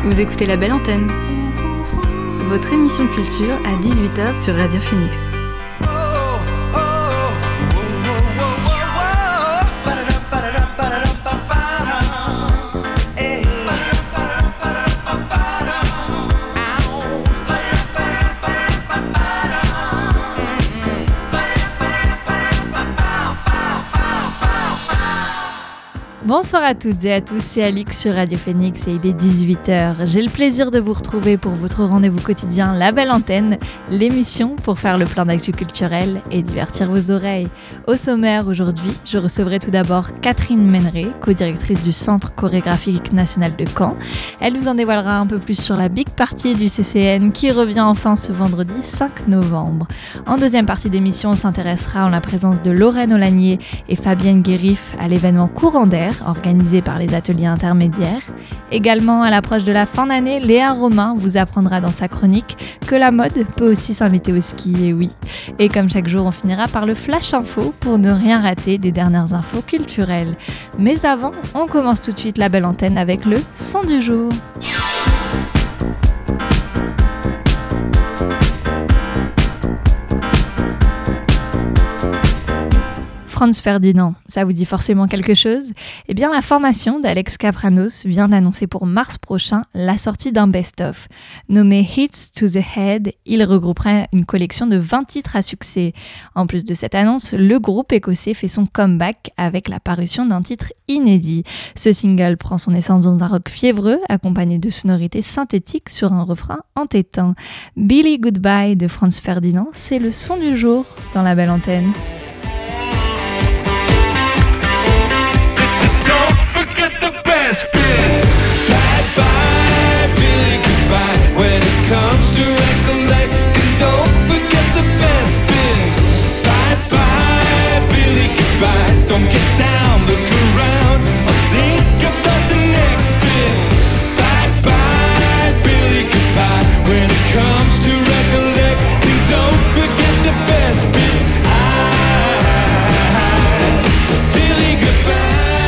Vous écoutez La Belle Antenne, votre émission culture à 18h sur Radio Phoenix. Bonsoir à toutes et à tous, c'est Alix sur Radio Phoenix et il est 18h. J'ai le plaisir de vous retrouver pour votre rendez-vous quotidien La Belle Antenne, l'émission pour faire le plein d'actu culturel et divertir vos oreilles. Au sommaire aujourd'hui, je recevrai tout d'abord Catherine Méneret, co-directrice du Centre chorégraphique national de Caen. Elle nous en dévoilera un peu plus sur la Big Party du CCN qui revient enfin ce vendredi 5 novembre. En deuxième partie d'émission, on s'intéressera en la présence de Lorraine Olagnier et Fabienne Guérif à l'événement Courant d'air organisé par les ateliers intermédiaires. Également, à l'approche de la fin d'année, Léa Romain vous apprendra dans sa chronique que la mode peut aussi s'inviter au ski, et oui. Et comme chaque jour, on finira par le Flash Info pour ne rien rater des dernières infos culturelles. Mais avant, on commence tout de suite La Belle Antenne avec le son du jour. Franz Ferdinand, ça vous dit forcément quelque chose ? Eh bien, la formation d'Alex Kapranos vient d'annoncer pour mars prochain la sortie d'un best-of. Nommé Hits to the Head, il regrouperait une collection de 20 titres à succès. En plus de cette annonce, le groupe écossais fait son comeback avec la parution d'un titre inédit. Ce single prend son essence dans un rock fiévreux, accompagné de sonorités synthétiques sur un refrain entêtant. Billy Goodbye de Franz Ferdinand, c'est le son du jour dans La Belle Antenne. Bye-bye, Billy, goodbye. When it comes to recollecting, don't forget the best bits. Bye-bye, Billy, goodbye. Don't get down, look around, or think about the next bit. Bye-bye, Billy, goodbye. When it comes to recollecting, don't forget the best bits. Billy, goodbye.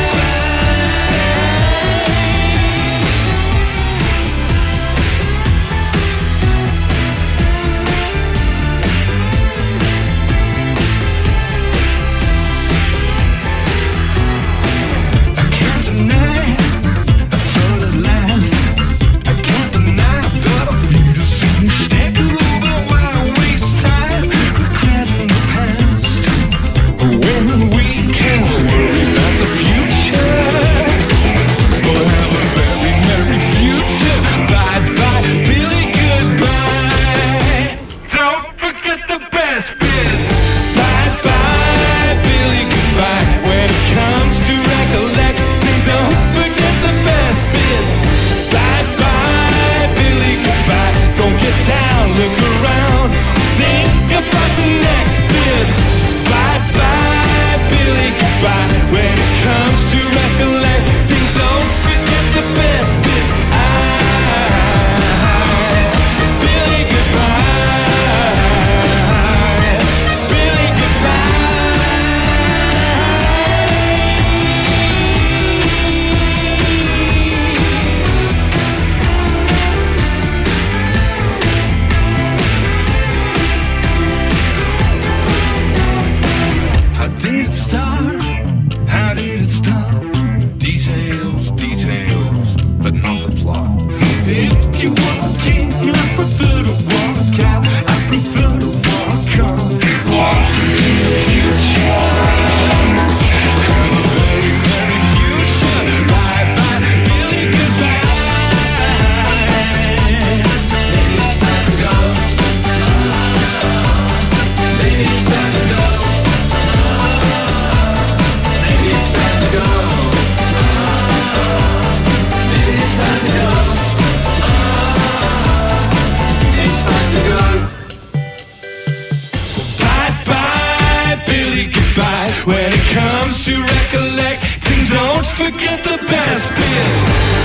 Forget the best bits.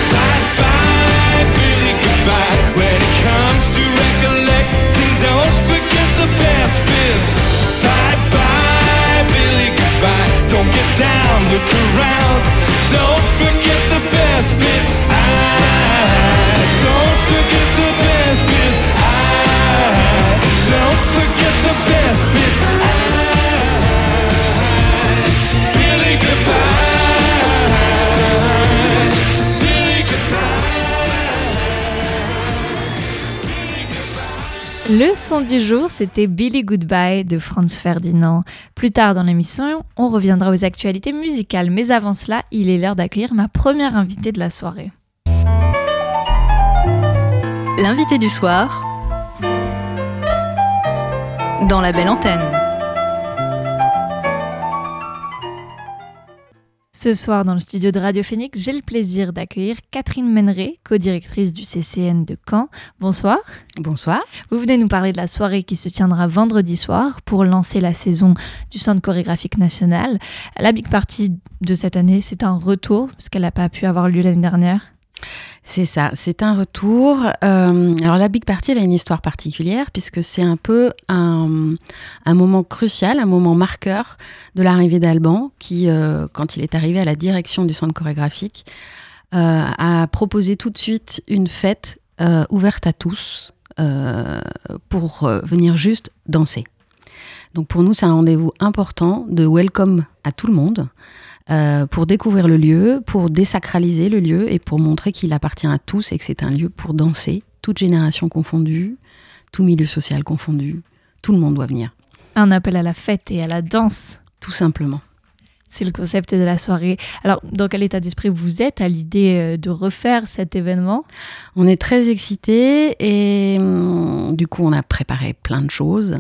Bye-bye, Billy, goodbye. When it comes to recollecting, don't forget the best bits. Bye-bye, Billy, goodbye. Don't get down, look around. Don't forget the best bits. Don't Le son du jour, c'était Billy Goodbye de Franz Ferdinand. Plus tard dans l'émission, on reviendra aux actualités musicales, mais avant cela, il est l'heure d'accueillir ma première invitée de la soirée. L'invité du soir dans la belle antenne. Ce soir, dans le studio de Radio Phoenix, j'ai le plaisir d'accueillir Catherine Menneret, co-directrice du CCN de Caen. Bonsoir. Bonsoir. Vous venez nous parler de la soirée qui se tiendra vendredi soir pour lancer la saison du Centre chorégraphique national. La Big Party de cette année, c'est un retour, parce qu'elle n'a pas pu avoir lieu l'année dernière. C'est ça, c'est un retour. Alors la Big Party, elle a une histoire particulière puisque c'est un peu un moment crucial, un moment marqueur de l'arrivée d'Alban qui, quand il est arrivé à la direction du centre chorégraphique, a proposé tout de suite une fête ouverte à tous pour venir juste danser. Donc pour nous, c'est un rendez-vous important de welcome à tout le monde. Pour découvrir le lieu, pour désacraliser le lieu et pour montrer qu'il appartient à tous et que c'est un lieu pour danser, toute génération confondue, tout milieu social confondu, tout le monde doit venir. Un appel à la fête et à la danse. Tout simplement. C'est le concept de la soirée. Alors, dans quel état d'esprit vous êtes à l'idée de refaire cet événement ? On est très excités et du coup, on a préparé plein de choses.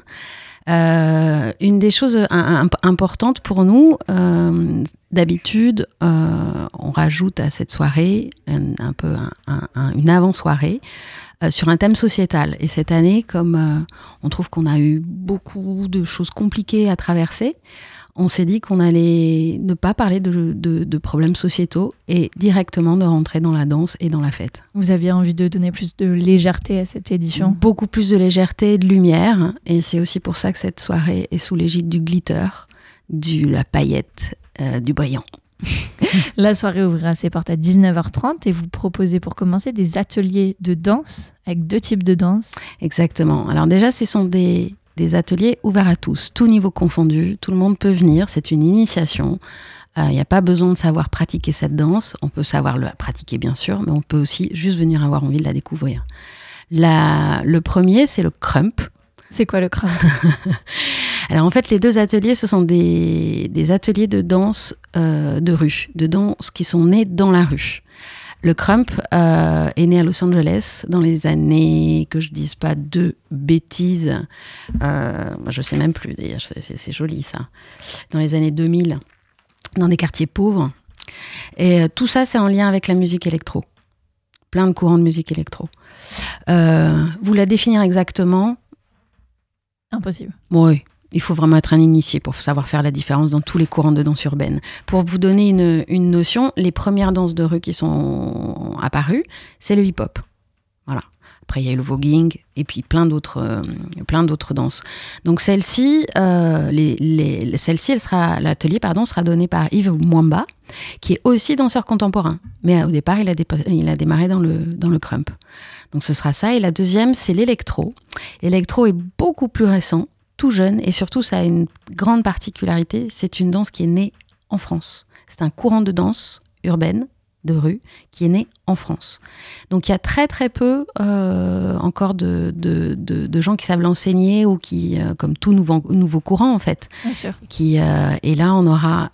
Une des choses importantes pour nous, d'habitude, on rajoute à cette soirée un peu une avant-soirée sur un thème sociétal. Et cette année, comme on trouve qu'on a eu beaucoup de choses compliquées à traverser, on s'est dit qu'on allait ne pas parler de problèmes sociétaux et directement de rentrer dans la danse et dans la fête. Vous aviez envie de donner plus de légèreté à cette édition ? Beaucoup plus de légèreté et de lumière. Et c'est aussi pour ça que cette soirée est sous l'égide du glitter, de la paillette, du brillant. La soirée ouvrira ses portes à 19h30 et vous proposez pour commencer des ateliers de danse avec 2 types de danse. Exactement. Alors déjà, ce sont des ateliers ouverts à tous, tout niveau confondu, tout le monde peut venir, c'est une initiation. Il n'y a pas besoin de savoir pratiquer cette danse, on peut savoir la pratiquer bien sûr, mais on peut aussi juste venir avoir envie de la découvrir. Le premier, c'est le crump. C'est quoi le crump ? Alors en fait, les 2 ateliers, ce sont des ateliers de danse de rue, de danse qui sont nés dans la rue. Le crump est né à Los Angeles dans les années, que je dise pas de bêtises, je sais même plus d'ailleurs, c'est joli ça, dans les années 2000, dans des quartiers pauvres. Et tout ça, c'est en lien avec la musique électro. Plein de courants de musique électro. Vous la définir exactement ? Impossible. Oui. Il faut vraiment être un initié pour savoir faire la différence dans tous les courants de danse urbaine. Pour vous donner une notion, les premières danses de rue qui sont apparues, c'est le hip-hop. Voilà. Après, il y a eu le voguing et puis plein d'autres danses. Donc celle-ci, l'atelier sera donné par Yves Mwamba, qui est aussi danseur contemporain. Mais au départ, il a démarré dans le crump. Donc ce sera ça. Et la deuxième, c'est l'électro. L'électro est beaucoup plus récent, tout jeune, et surtout ça a une grande particularité, c'est une danse qui est née en France. C'est un courant de danse urbaine, de rue, qui est né en France. Donc il y a très très peu encore de gens qui savent l'enseigner ou qui, comme tout nouveau courant en fait. Bien sûr. Et là on aura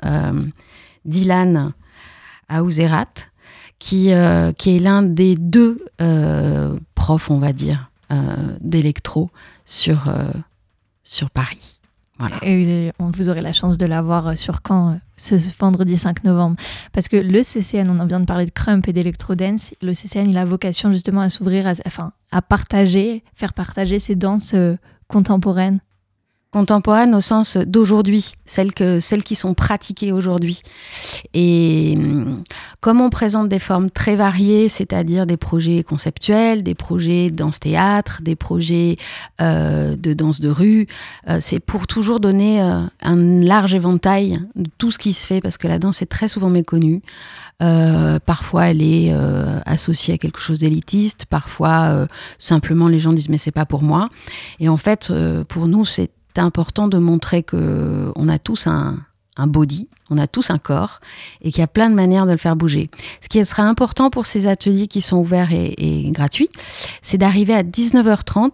Dylan Aouzerat, qui est l'un des 2 profs, on va dire, d'électro sur Paris. Voilà. Et vous aurez la chance de l'avoir sur Caen ce vendredi 5 novembre. Parce que le CCN, on vient de parler de crump et d'électro-dance, le CCN, il a vocation justement à s'ouvrir, à partager, faire partager ces danses contemporaines. Contemporaines au sens d'aujourd'hui, celles qui sont pratiquées aujourd'hui. Et comme on présente des formes très variées, c'est-à-dire des projets conceptuels, des projets danse-théâtre, des projets de danse de rue, c'est pour toujours donner un large éventail de tout ce qui se fait, parce que la danse est très souvent méconnue. Parfois elle est associée à quelque chose d'élitiste, parfois simplement les gens disent mais c'est pas pour moi. Et en fait, pour nous, c'est important de montrer qu'on a tous un body, on a tous un corps et qu'il y a plein de manières de le faire bouger. Ce qui sera important pour ces ateliers qui sont ouverts et gratuits, c'est d'arriver à 19h30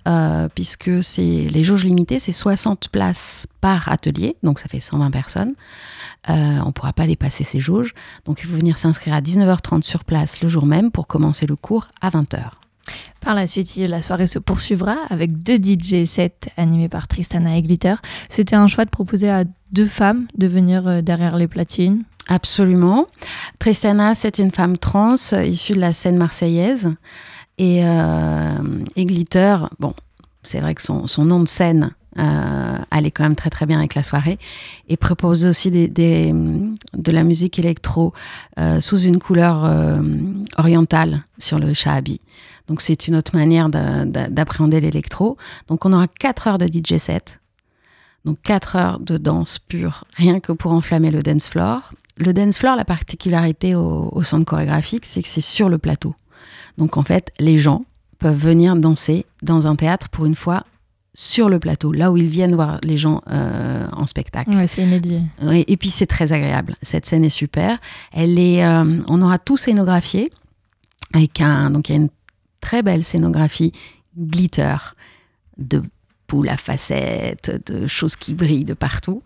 puisque les jauges limitées, c'est 60 places par atelier, donc ça fait 120 personnes. On ne pourra pas dépasser ces jauges. Donc il faut venir s'inscrire à 19h30 sur place le jour même pour commencer le cours à 20h. Par la suite, la soirée se poursuivra avec 2 DJ sets animés par Tristana et Glitter. C'était un choix de proposer à 2 femmes de venir derrière les platines. Absolument. Tristana, c'est une femme trans issue de la scène marseillaise. Et Glitter, bon, c'est vrai que son nom de scène allait quand même très très bien avec la soirée. Et propose aussi de la musique électro sous une couleur orientale sur le shahabi. Donc c'est une autre manière d'appréhender l'électro. Donc on aura 4 heures de DJ set. Donc 4 heures de danse pure, rien que pour enflammer le dance floor. Le dance floor, la particularité au centre chorégraphique, c'est que c'est sur le plateau. Donc en fait, les gens peuvent venir danser dans un théâtre pour une fois sur le plateau, là où ils viennent voir les gens en spectacle. Ouais, c'est inédit. Ouais, et puis c'est très agréable. Cette scène est super. On aura tout scénographié donc il y a une très belle scénographie glitter de boules à facettes, de choses qui brillent de partout,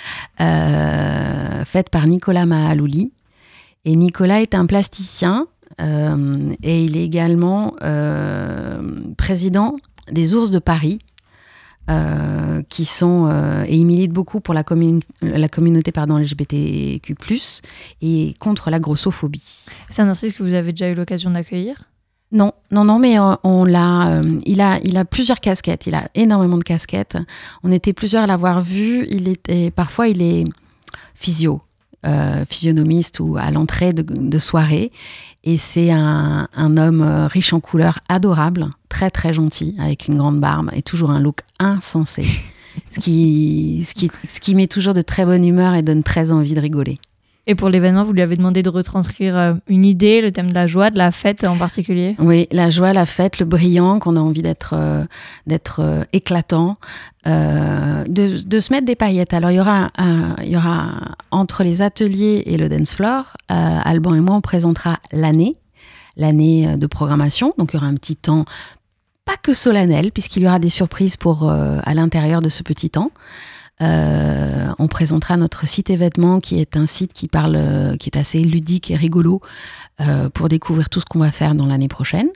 faite par Nicolas Mahalouli. Et Nicolas est un plasticien et il est également président des Ours de Paris, qui sont et il milite beaucoup pour la communauté LGBTQ+, et contre la grossophobie. C'est un artiste que vous avez déjà eu l'occasion d'accueillir ? Non, mais il a plusieurs casquettes, il a énormément de casquettes. On était plusieurs à l'avoir vu. Parfois il est physionomiste ou à l'entrée de soirée. Et c'est un homme riche en couleurs, adorable, très très gentil, avec une grande barbe et toujours un look insensé. ce qui met toujours de très bonne humeur et donne très envie de rigoler. Et pour l'événement, vous lui avez demandé de retranscrire une idée, le thème de la joie, de la fête en particulier ? Oui, la joie, la fête, le brillant, qu'on a envie d'être éclatant, de se mettre des paillettes. Alors, il y aura entre les ateliers et le dance floor, Alban et moi, on présentera l'année de programmation. Donc, il y aura un petit temps, pas que solennel, puisqu'il y aura des surprises à l'intérieur de ce petit temps. On présentera notre site événement, qui est un site qui est assez ludique et rigolo, pour découvrir tout ce qu'on va faire dans l'année prochaine.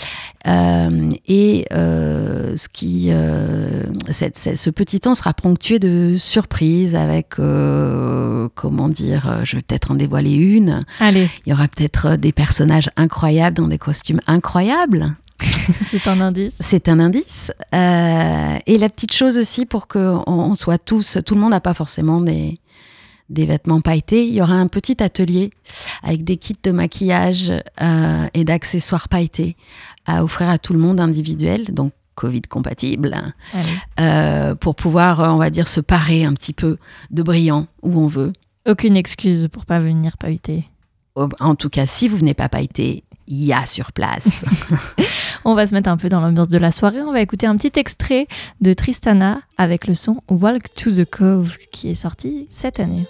Ce petit temps sera ponctué de surprises avec, je vais peut-être en dévoiler une. Allez. Il y aura peut-être des personnages incroyables dans des costumes incroyables. C'est un indice. C'est un indice. Et la petite chose aussi, pour qu'on soit tout le monde n'a pas forcément des vêtements pailletés. Il y aura un petit atelier avec des kits de maquillage et d'accessoires pailletés à offrir à tout le monde, individuel, donc Covid compatible, pour pouvoir, on va dire, se parer un petit peu de brillant où on veut. Aucune excuse pour pas venir pailleter. En tout cas, si vous venez pas pailleter, il y a sur place. On va se mettre un peu dans l'ambiance de la soirée. On va écouter un petit extrait de Tristana avec le son Walk to the Cove qui est sorti cette année.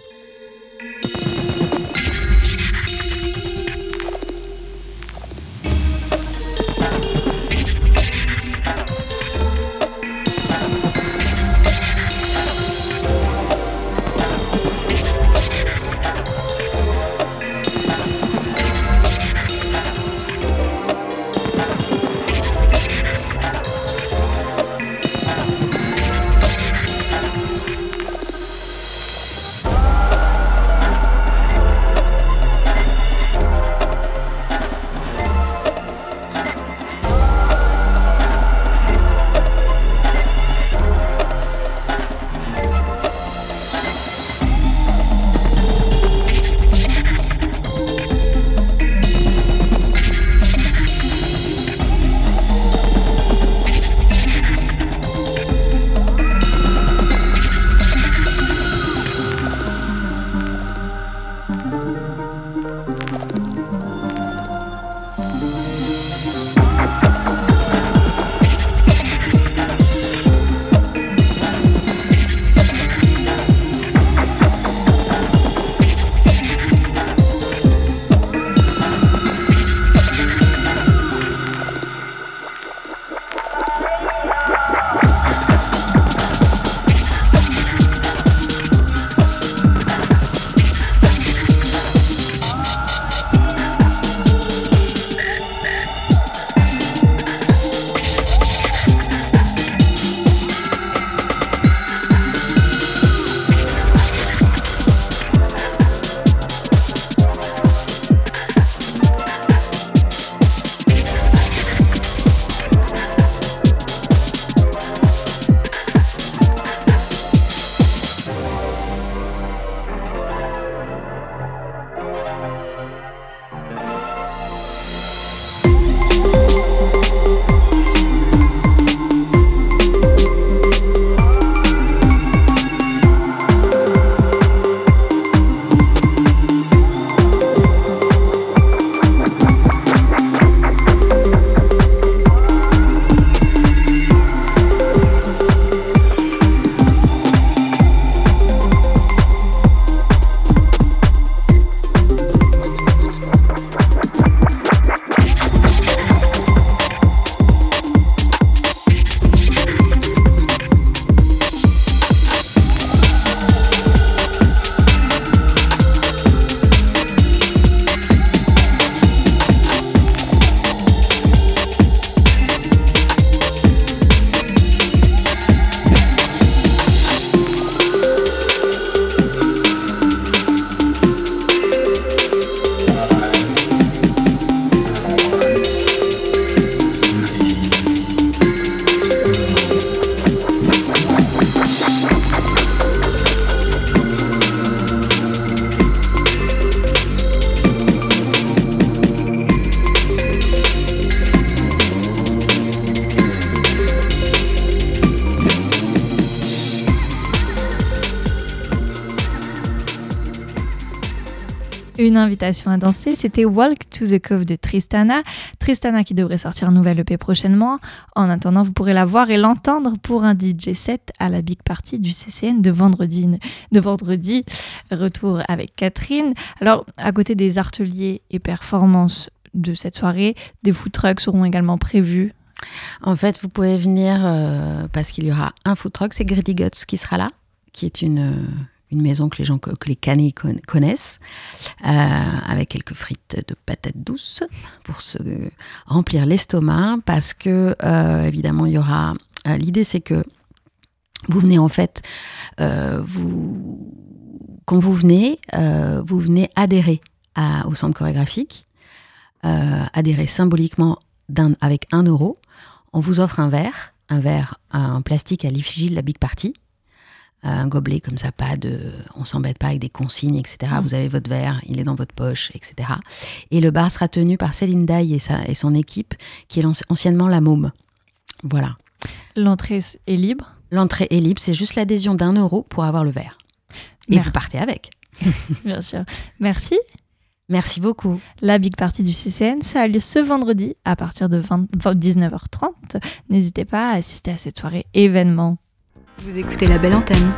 Une invitation à danser, c'était Walk to the Cove de Tristana. Tristana qui devrait sortir un nouvel EP prochainement. En attendant, vous pourrez la voir et l'entendre pour un DJ set à la Big Party du CCN de vendredi. Retour avec Catherine. Alors, à côté des ateliers et performances de cette soirée, des food trucks seront également prévus. En fait, vous pouvez venir parce qu'il y aura un food truck, c'est Greedy Guts qui sera là, qui est une maison que les Canets connaissent, avec quelques frites de patates douces pour se remplir l'estomac, parce que évidemment il y aura. L'idée c'est que vous venez en fait, quand vous venez adhérer au centre chorégraphique, adhérer symboliquement avec 1 euro. On vous offre un verre en plastique à l'effigie de la Big Party. Un gobelet comme ça, on s'embête pas avec des consignes, etc. Vous avez votre verre, il est dans votre poche, etc. Et le bar sera tenu par Céline Daille et son équipe, qui est anciennement la Môme. Voilà. L'entrée est libre ? L'entrée est libre, c'est juste l'adhésion d'1 euro pour avoir le verre. Et vous partez avec. Bien sûr. Merci. Merci beaucoup. La Big Party du CCN, ça a lieu ce vendredi à partir de 19h30. N'hésitez pas à assister à cette soirée événement. Vous écoutez La Belle Antenne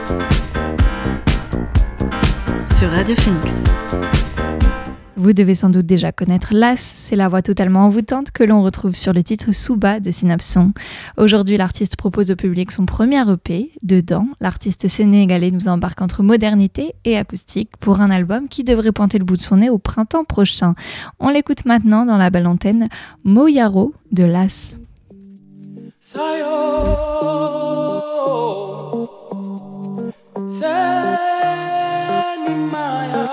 sur Radio Phoenix. Vous devez sans doute déjà connaître Las, c'est la voix totalement envoûtante que l'on retrouve sur le titre Souba de Synapson. Aujourd'hui, l'artiste propose au public son premier EP. Dedans, l'artiste sénégalais nous embarque entre modernité et acoustique pour un album qui devrait pointer le bout de son nez au printemps prochain. On l'écoute maintenant dans La Belle Antenne, Moyaro de Las. Sayo, Senimaya,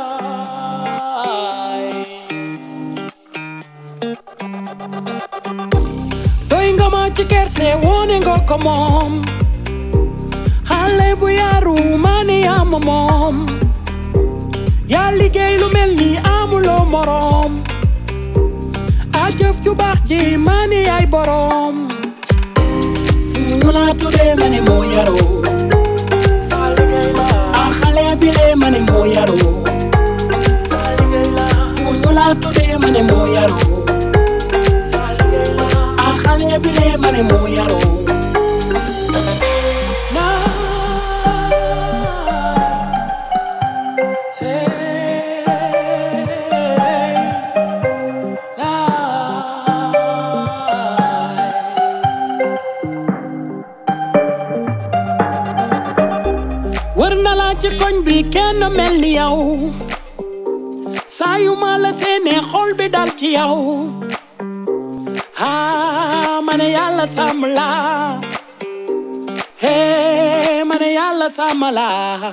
doinga ma chikerse woningo komom, hale buyaru mani amomom, ya ligay lu melni amulo morom, ajëf ju baax ci mani ay borom. Mula tude mane moyaro, saligayla. Akhale bile mane moyaro, saligayla. Mula tude mane moyaro, saligayla. Akhale bile mane moyaro. Ci koñ bi kenn mel ni yow saa yu ma la seene xol bi dal ci yow ma ne yàlla sàmm la ma ne yàlla sàmm la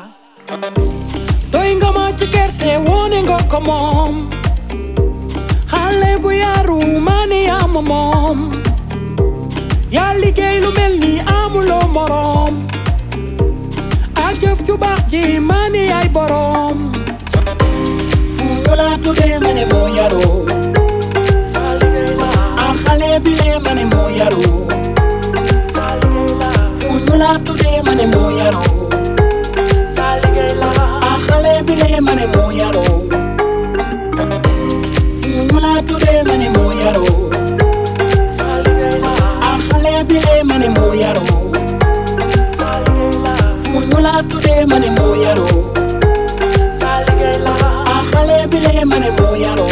doy nga ma ci kerse wone nga ko moom xale bu yaru ma ne yaa ma moom yaa liggéey lu mel ni amuloo moroom jëf ju baax ji mani ay borom fu ñu la tuddee ma ne moo yaroo saa liggéey la xale bi lee ma ne moo yaroo saa liggéey la fu ñu la tuddee ma ne moo yaroo saa liggéey la xale bi lee ma ne moo yaroo fu ñu la tuddee ma ne moo yaroo saa liggéey la xale bi lee ma ne moo yaroo Mula tude mane moyaro, saligela. Akhale bile mane moyaro.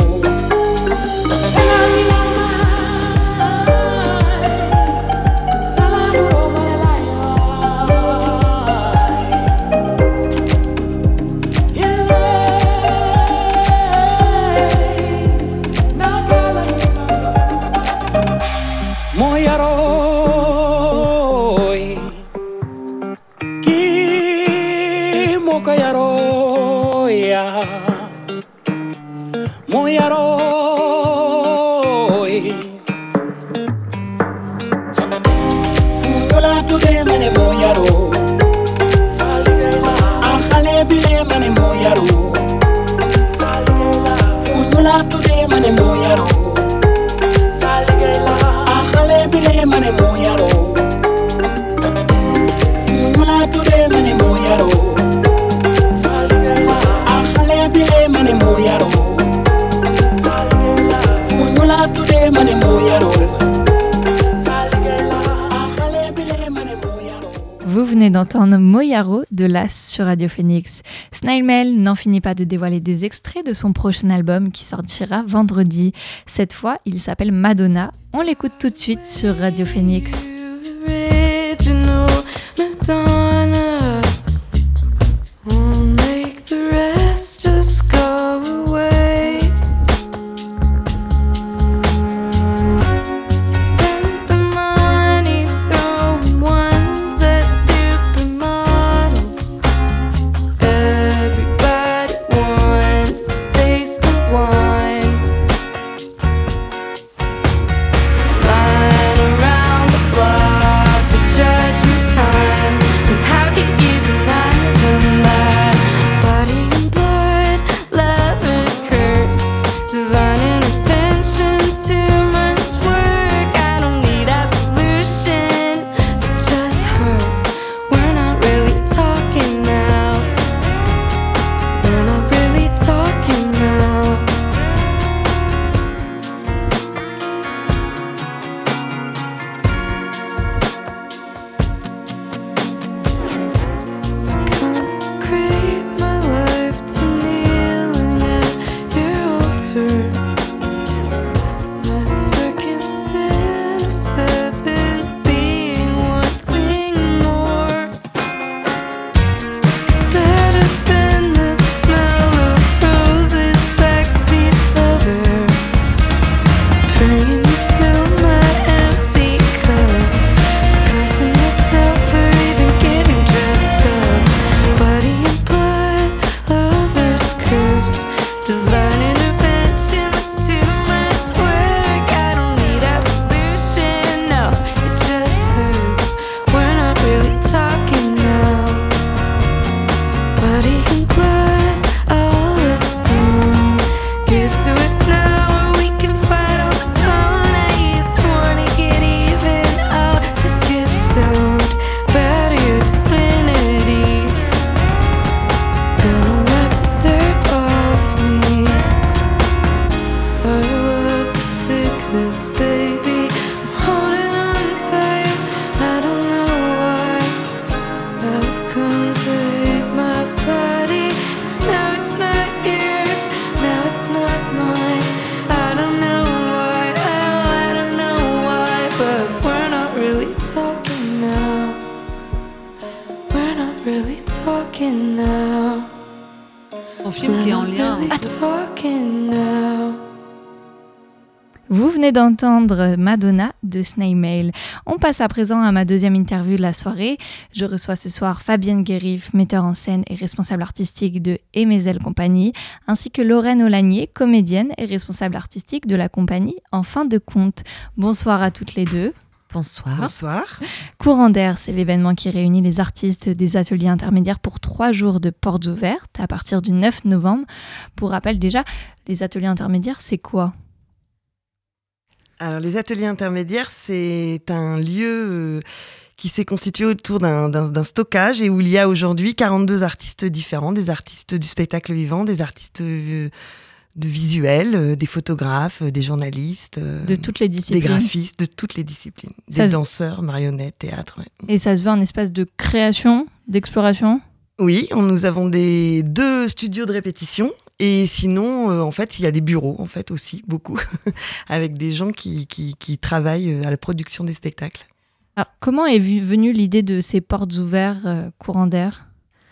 Moyaro. venez d'entendre Moyaro de Las sur Radio Phoenix. Snail Mail n'en finit pas de dévoiler des extraits de son prochain album qui sortira vendredi. Cette fois, il s'appelle Madonna. On l'écoute tout de suite sur Radio Phoenix. Original Madonna won't make the rest just go away. Spent the money throwing ones at supermodels. Everybody wants to taste the wine. Lying around the block, the judgment time. And how can you deny them that? Body and blood, lover's curse. Divine intervention's too much work. I don't need absolution. It just hurts. We're not really talking now. We're not really talking now. Consecrate my life to kneeling at your altar. My second sin of seven being wanting more. That have been the smell of roses, backseat lover. Praying you fill my empty cup. Cursing myself for even getting dressed up. Body and blood, lover's curse. Divine intervention is too much work. I don't need absolution, no, it just hurts. We're not really talking now. Body and blood, all atone. Get to it now, or we can fight on the phone. I just wanna get even, oh, just get stoned. Bow to your divinity. Gonna wipe the dirt off me. I lost the sickness, baby. I'm holding on tight. I don't know why. I've come to hate my body. Now it's not yours. Now it's not mine. I don't know why. Oh, I don't know why. But we're not really talking now. We're not really talking now. Ton film qui est en lien. Really talking now. Vous venez d'entendre Madonna de Snail Mail. On passe à présent à ma deuxième interview de la soirée. Je reçois ce soir Fabienne Guérif, metteur en scène et responsable artistique de Emezel Compagnie, ainsi que Lorraine Olagnier, comédienne et responsable artistique de la compagnie En fin de compte. Bonsoir à toutes les deux. Bonsoir. Bonsoir. Courant d'air, c'est l'événement qui réunit les artistes des ateliers intermédiaires pour 3 jours de portes ouvertes à partir du 9 novembre. Pour rappel déjà, les ateliers intermédiaires, c'est quoi ? Alors, les ateliers intermédiaires, c'est un lieu qui s'est constitué autour d'un stockage et où il y a aujourd'hui 42 artistes différents, des artistes du spectacle vivant, des artistes de visuel, des photographes, des journalistes, De toutes les disciplines. des graphistes, de toutes les disciplines, des danseurs, marionnettes, théâtre. Ouais. Et ça se veut un espace de création, d'exploration ? Oui, nous avons 2 studios de répétition. Et sinon, en fait, il y a des bureaux, en fait, aussi, beaucoup, avec des gens qui travaillent à la production des spectacles. Alors, comment est venue l'idée de ces portes ouvertes courant d'air ?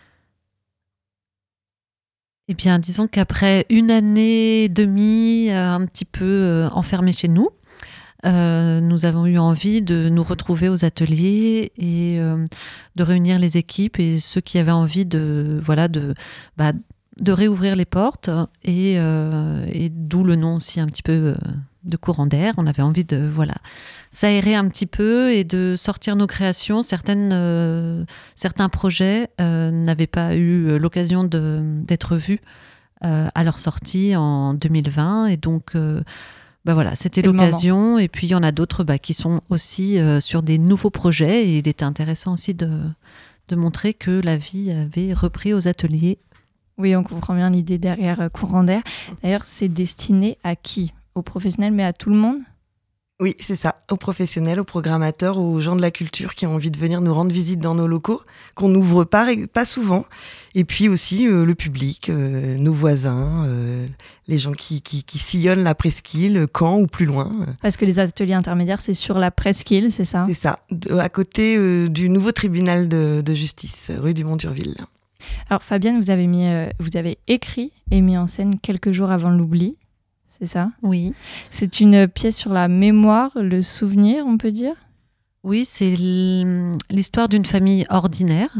Eh bien, disons qu'après une année et demie un petit peu enfermés chez nous, nous avons eu envie de nous retrouver aux ateliers et de réunir les équipes et ceux qui avaient envie de réouvrir les portes et d'où le nom aussi un petit peu de courant d'air. On avait envie de s'aérer un petit peu et de sortir nos créations. Certains projets n'avaient pas eu l'occasion d'être vus à leur sortie en 2020 et donc c'était l'occasion. Et puis il y en a d'autres qui sont aussi sur des nouveaux projets et il était intéressant aussi de montrer que la vie avait repris aux ateliers. Oui, on comprend bien l'idée derrière courant d'air. D'ailleurs, c'est destiné à qui ? Aux professionnels, mais à tout le monde ? Oui, c'est ça, aux professionnels, aux programmateurs, aux gens de la culture qui ont envie de venir nous rendre visite dans nos locaux, qu'on n'ouvre pas souvent. Et puis aussi le public, nos voisins, les gens qui sillonnent la presqu'île, Caen ou plus loin. Parce que les ateliers intermédiaires, c'est sur la presqu'île, c'est ça ? C'est ça, à côté du nouveau tribunal de justice, rue du Mont-Durville. Alors Fabienne, vous avez écrit et mis en scène Quelques jours avant l'oubli, c'est ça ? Oui. C'est une pièce sur la mémoire, le souvenir, on peut dire ? Oui, c'est l'histoire d'une famille ordinaire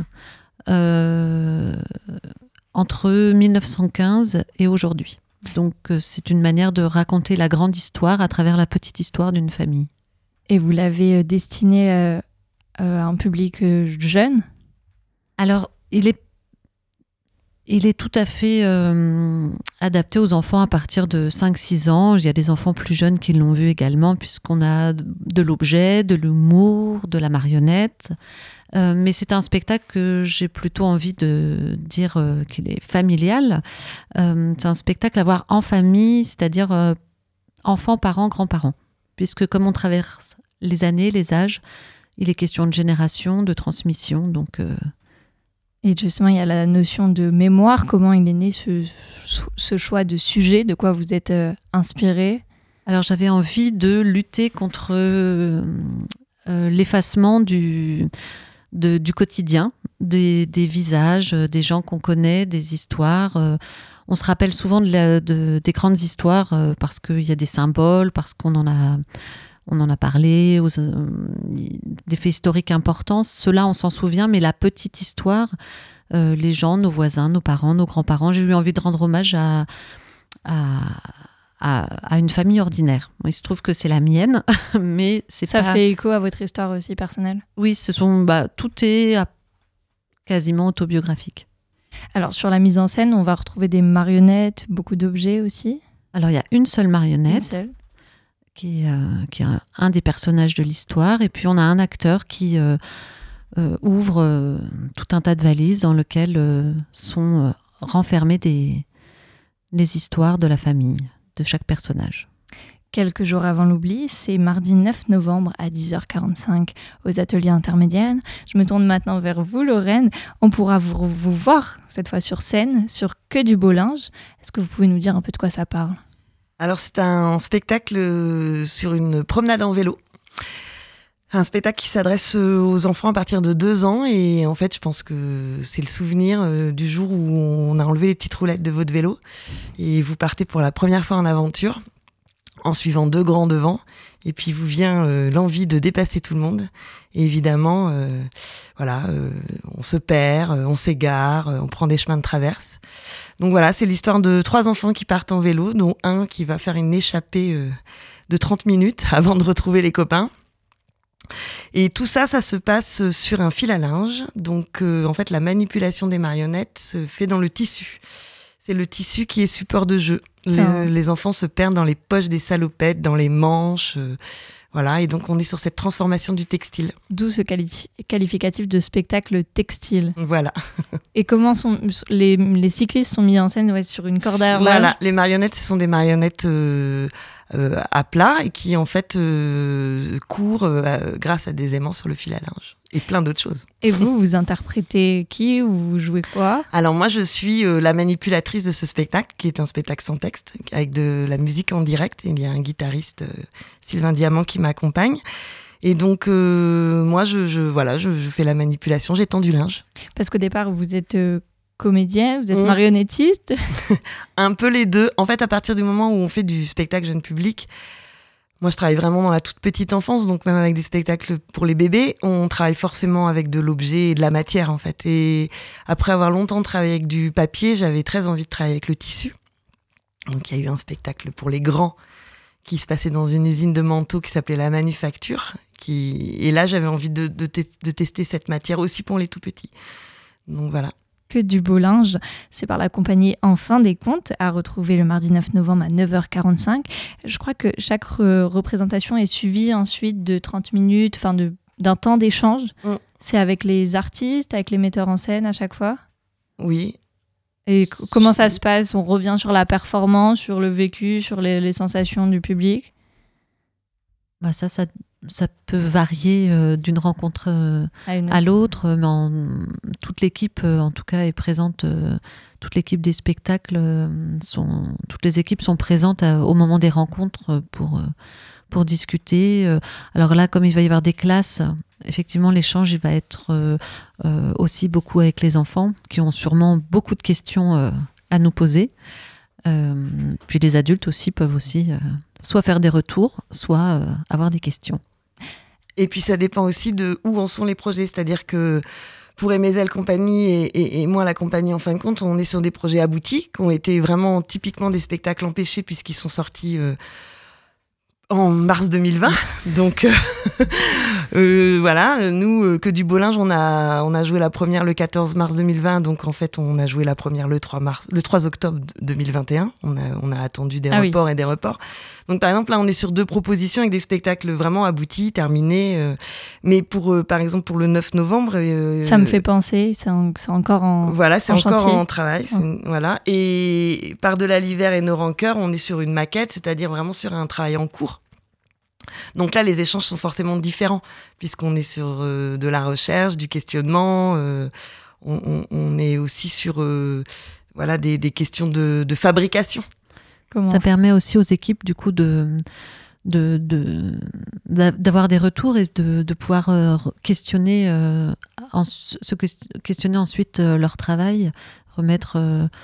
entre 1915 et aujourd'hui. Donc c'est une manière de raconter la grande histoire à travers la petite histoire d'une famille. Et vous l'avez destiné à un public jeune ? Alors, il est tout à fait adapté aux enfants à partir de 5-6 ans. Il y a des enfants plus jeunes qui l'ont vu également, puisqu'on a de l'objet, de l'humour, de la marionnette. Mais c'est un spectacle que j'ai plutôt envie de dire qu'il est familial. C'est un spectacle à voir en famille, c'est-à-dire enfants, parents, grands-parents. Puisque comme on traverse les années, les âges, il est question de génération, de transmission, donc... Et justement, il y a la notion de mémoire. Comment il est né ce choix de sujet ? De quoi vous êtes inspiré ? Alors, j'avais envie de lutter contre l'effacement du quotidien, des visages, des gens qu'on connaît, des histoires. On se rappelle souvent des grandes histoires parce qu'il y a des symboles, parce qu'on en a parlé, des faits historiques importants. Ceux-là, on s'en souvient, mais la petite histoire, les gens, nos voisins, nos parents, nos grands-parents, j'ai eu envie de rendre hommage à une famille ordinaire. Il se trouve que c'est la mienne, mais ça fait écho à votre histoire aussi personnelle ? Oui, tout est quasiment autobiographique. Alors, sur la mise en scène, on va retrouver des marionnettes, beaucoup d'objets aussi ? Alors, il y a une seule marionnette. Une seule. Qui est un des personnages de l'histoire. Et puis, on a un acteur qui ouvre tout un tas de valises dans lesquelles sont renfermées les histoires de la famille, de chaque personnage. Quelques jours avant l'oubli, c'est mardi 9 novembre à 10h45 aux ateliers intermédiaires. Je me tourne maintenant vers vous, Lorraine. On pourra vous voir cette fois sur scène, sur Que du beau linge. Est-ce que vous pouvez nous dire un peu de quoi ça parle ? Alors, c'est un spectacle sur une promenade en vélo. Un spectacle qui s'adresse aux enfants à partir de 2 ans. Et en fait, je pense que c'est le souvenir du jour où on a enlevé les petites roulettes de votre vélo. Et vous partez pour la première fois en aventure, en suivant 2 grands devant. Et puis, vous vient l'envie de dépasser tout le monde. Et évidemment, on se perd, on s'égare, on prend des chemins de traverse. Donc voilà, c'est l'histoire de 3 enfants qui partent en vélo, dont un qui va faire une échappée de 30 minutes avant de retrouver les copains. Et tout ça, ça se passe sur un fil à linge. Donc en fait, la manipulation des marionnettes se fait dans le tissu. C'est le tissu qui est support de jeu. Les enfants se perdent dans les poches des salopettes, dans les manches. Voilà, et donc on est sur cette transformation du textile. D'où ce qualificatif de spectacle textile. Voilà. Et comment les cyclistes sont mis en scène sur une corde à linge ? Voilà, les marionnettes, ce sont des marionnettes à plat et qui en fait courent grâce à des aimants sur le fil à linge. Et plein d'autres choses. Et vous interprétez qui ou vous jouez quoi ? Alors moi, je suis la manipulatrice de ce spectacle, qui est un spectacle sans texte, avec de la musique en direct. Il y a un guitariste, Sylvain Diamant, qui m'accompagne. Et donc, moi, je fais la manipulation, j'étends du linge. Parce qu'au départ, vous êtes comédien, vous êtes marionnettiste ? Un peu les deux. En fait, à partir du moment où on fait du spectacle jeune public, moi, je travaille vraiment dans la toute petite enfance, donc même avec des spectacles pour les bébés, on travaille forcément avec de l'objet et de la matière, en fait. Et après avoir longtemps travaillé avec du papier, j'avais très envie de travailler avec le tissu. Donc, il y a eu un spectacle pour les grands qui se passait dans une usine de manteaux qui s'appelait La Manufacture. Et là, j'avais envie de tester cette matière aussi pour les tout petits. Donc, voilà. Que du beau linge, c'est par la compagnie Enfin des Contes, à retrouver le mardi 9 novembre à 9h45. Je crois que chaque représentation est suivie ensuite de 30 minutes, d'un temps d'échange. C'est avec les artistes, avec les metteurs en scène à chaque fois ? Oui. Et comment ça se passe ? On revient sur la performance, sur le vécu, sur les sensations du public ? Ça peut varier d'une rencontre à l'autre, mais toute l'équipe, en tout cas, est présente. Toute l'équipe des spectacles, toutes les équipes sont présentes au moment des rencontres pour discuter. Alors là, comme il va y avoir des classes, effectivement, l'échange il va être aussi beaucoup avec les enfants, qui ont sûrement beaucoup de questions à nous poser. Puis les adultes aussi peuvent aussi soit faire des retours, soit avoir des questions. Et puis ça dépend aussi de où en sont les projets, c'est-à-dire que pour Aimez-elle compagnie et moi la compagnie en fin de compte, on est sur des projets aboutis qui ont été vraiment typiquement des spectacles empêchés puisqu'ils sont sortis en mars 2020. Donc voilà, nous que du beau linge, on a joué la première le 14 mars 2020, donc en fait on a joué la première le 3 octobre 2021. On a attendu des reports et des reports. Donc par exemple là on est sur 2 propositions avec des spectacles vraiment aboutis, terminés. Mais par exemple pour le 9 novembre, ça me fait penser, c'est encore en c'est encore chantier. En travail. Voilà. Et Par-delà l'hiver et nos rancœurs, on est sur une maquette, c'est-à-dire vraiment sur un travail en cours. Donc là, les échanges sont forcément différents, puisqu'on est sur de la recherche, du questionnement, on est aussi sur des questions de fabrication. Ça permet aussi aux équipes, du coup, d'avoir des retours et de pouvoir questionner ensuite leur travail, remettre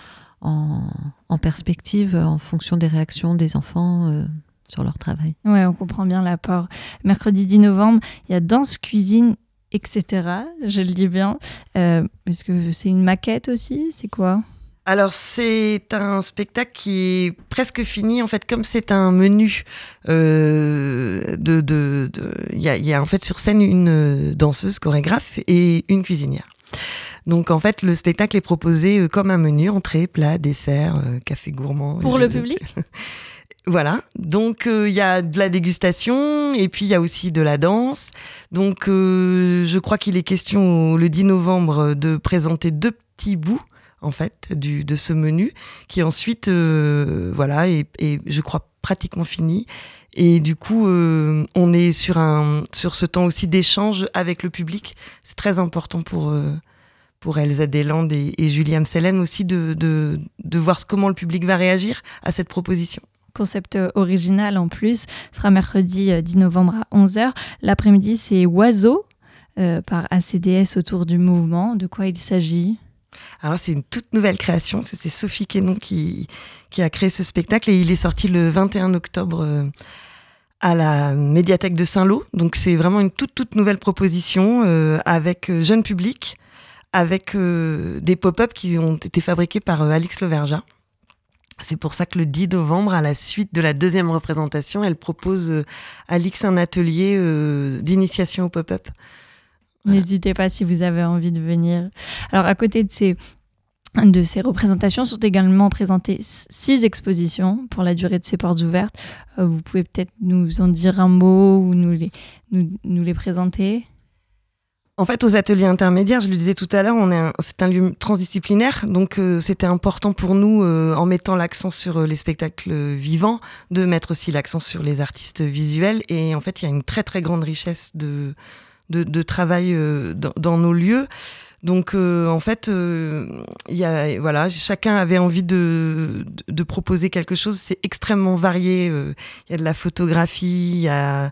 en perspective en fonction des réactions des enfants sur leur travail. Ouais, on comprend bien l'apport. Mercredi 10 novembre, il y a danse, cuisine, etc. Je le dis bien. Est-ce que c'est une maquette aussi ? C'est quoi ? Alors, c'est un spectacle qui est presque fini. En fait, comme c'est un menu, il y a en fait sur scène une danseuse, chorégraphe et une cuisinière. Donc, en fait, le spectacle est proposé comme un menu, entrée, plat, dessert, café gourmand. Pour le public ? Voilà, donc il y a de la dégustation et puis il y a aussi de la danse. Donc je crois qu'il est question le 10 novembre de présenter 2 petits bouts en fait de ce menu qui ensuite est je crois pratiquement fini. Et du coup on est sur ce temps aussi d'échange avec le public. C'est très important pour Elsa Deslandes et Julie Amselen aussi de voir comment le public va réagir à cette proposition. Concept original en plus, ce sera mercredi 10 novembre à 11h. L'après-midi, c'est Oiseau par ACDS autour du mouvement. De quoi il s'agit ? Alors, c'est une toute nouvelle création. C'est Sophie Quénon qui a créé ce spectacle et il est sorti le 21 octobre à la médiathèque de Saint-Lô. Donc, c'est vraiment une toute nouvelle proposition avec jeune public, avec des pop-up qui ont été fabriqués par Alix Lauvergeat. C'est pour ça que le 10 novembre, à la suite de la 2e représentation, elle propose Alix un atelier d'initiation au pop-up. Voilà. N'hésitez pas si vous avez envie de venir. Alors, à côté de ces représentations, sont également présentées 6 expositions pour la durée de ces portes ouvertes. Vous pouvez peut-être nous en dire un mot ou nous les présenter ? En fait, aux ateliers intermédiaires, je le disais tout à l'heure, c'est un lieu transdisciplinaire, donc c'était important pour nous, en mettant l'accent sur les spectacles vivants, de mettre aussi l'accent sur les artistes visuels. Et en fait, il y a une très très grande richesse de travail dans nos lieux. Donc en fait, chacun avait envie de proposer quelque chose. C'est extrêmement varié. Il y a de la photographie, il y a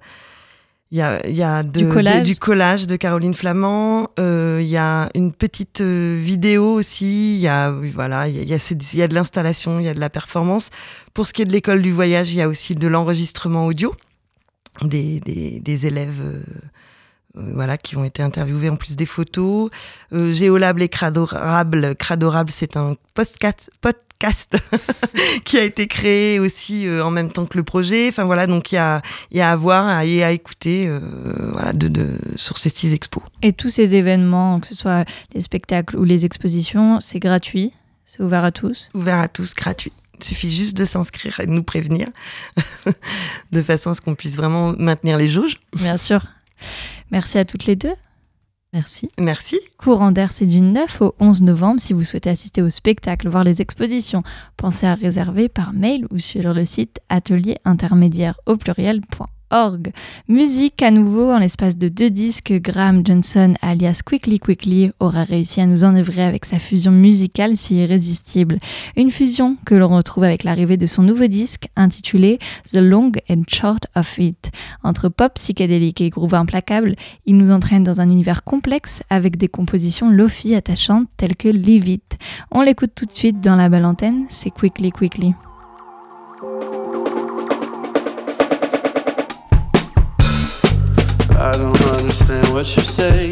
du collage de Caroline Flamand, il y a une petite vidéo aussi, il y a de l'installation, il y a de la performance. Pour ce qui est de l'école du voyage, il y a aussi de l'enregistrement audio des élèves qui ont été interviewés en plus des photos. Géolab et Cradorable, c'est un podcast qui a été créé aussi en même temps que le projet. Enfin voilà, donc il y a à voir et à écouter sur ces 6 expos. Et tous ces événements, que ce soit les spectacles ou les expositions, c'est gratuit, c'est ouvert à tous ? Ouvert à tous, gratuit. Il suffit juste de s'inscrire et de nous prévenir de façon à ce qu'on puisse vraiment maintenir les jauges. Bien sûr. Merci à toutes les 2. Merci. Courant d'air, c'est du 9 au 11 novembre. Si vous souhaitez assister au spectacle, voir les expositions, pensez à réserver par mail ou sur le site atelierintermédiaire au pluriel.org. change.org. Musique à nouveau, en l'espace de 2 disques, Graham Johnson alias Quickly aura réussi à nous enivrer avec sa fusion musicale si irrésistible. Une fusion que l'on retrouve avec l'arrivée de son nouveau disque intitulé The Long and Short of It. Entre pop psychédélique et groove implacable, il nous entraîne dans un univers complexe avec des compositions lo-fi attachantes telles que Leave It. On l'écoute tout de suite dans la belle antenne, c'est Quickly. I don't understand what you're saying.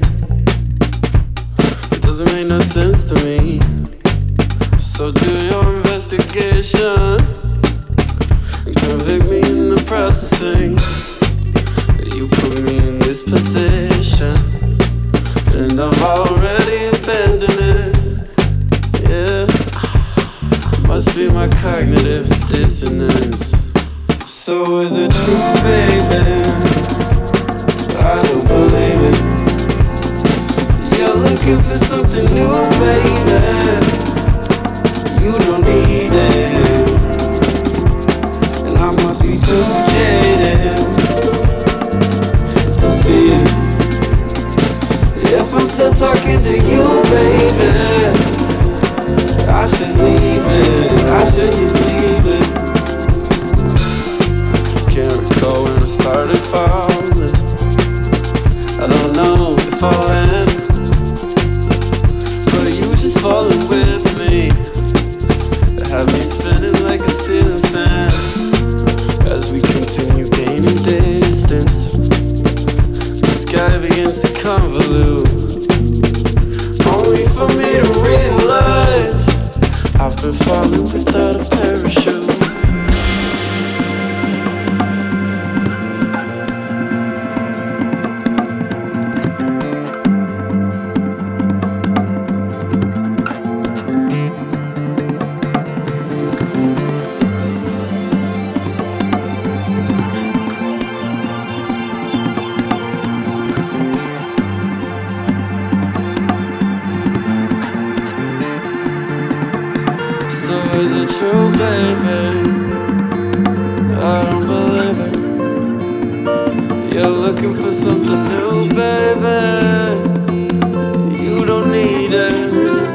It doesn't make no sense to me. So do your investigation and convict me in the processing. You put me in this position and I've already abandoned it. Yeah, must be my cognitive dissonance. So is it true, baby? I don't believe it. You're looking for something new, baby. You don't need it. And I must be too jaded to see it. If I'm still talking to you, baby, I should leave it. I should just leave it. Can't recall when I started falling. I don't know if I'll end, but you just falling with me. Have me spinning like a ceiling fan as we continue gaining distance. The sky begins to convolute, only for me to realize I've been falling without a parachute. Is it true, baby? I don't believe it. You're looking for something new, baby. You don't need it.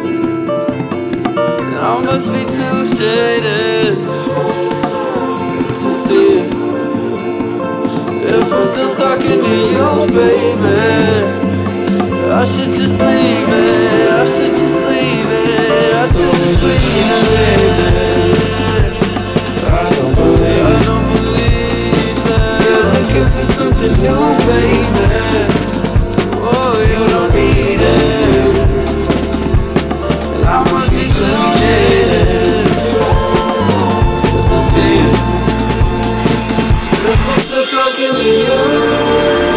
And I must be too jaded to see it. If I'm still talking to you, baby, I should just leave it. I should just leave it. I should just leave it. I don't believe it. You're looking for something new, baby. Oh, you don't need it. And I must be too jaded to see it. If I'm still talking to you.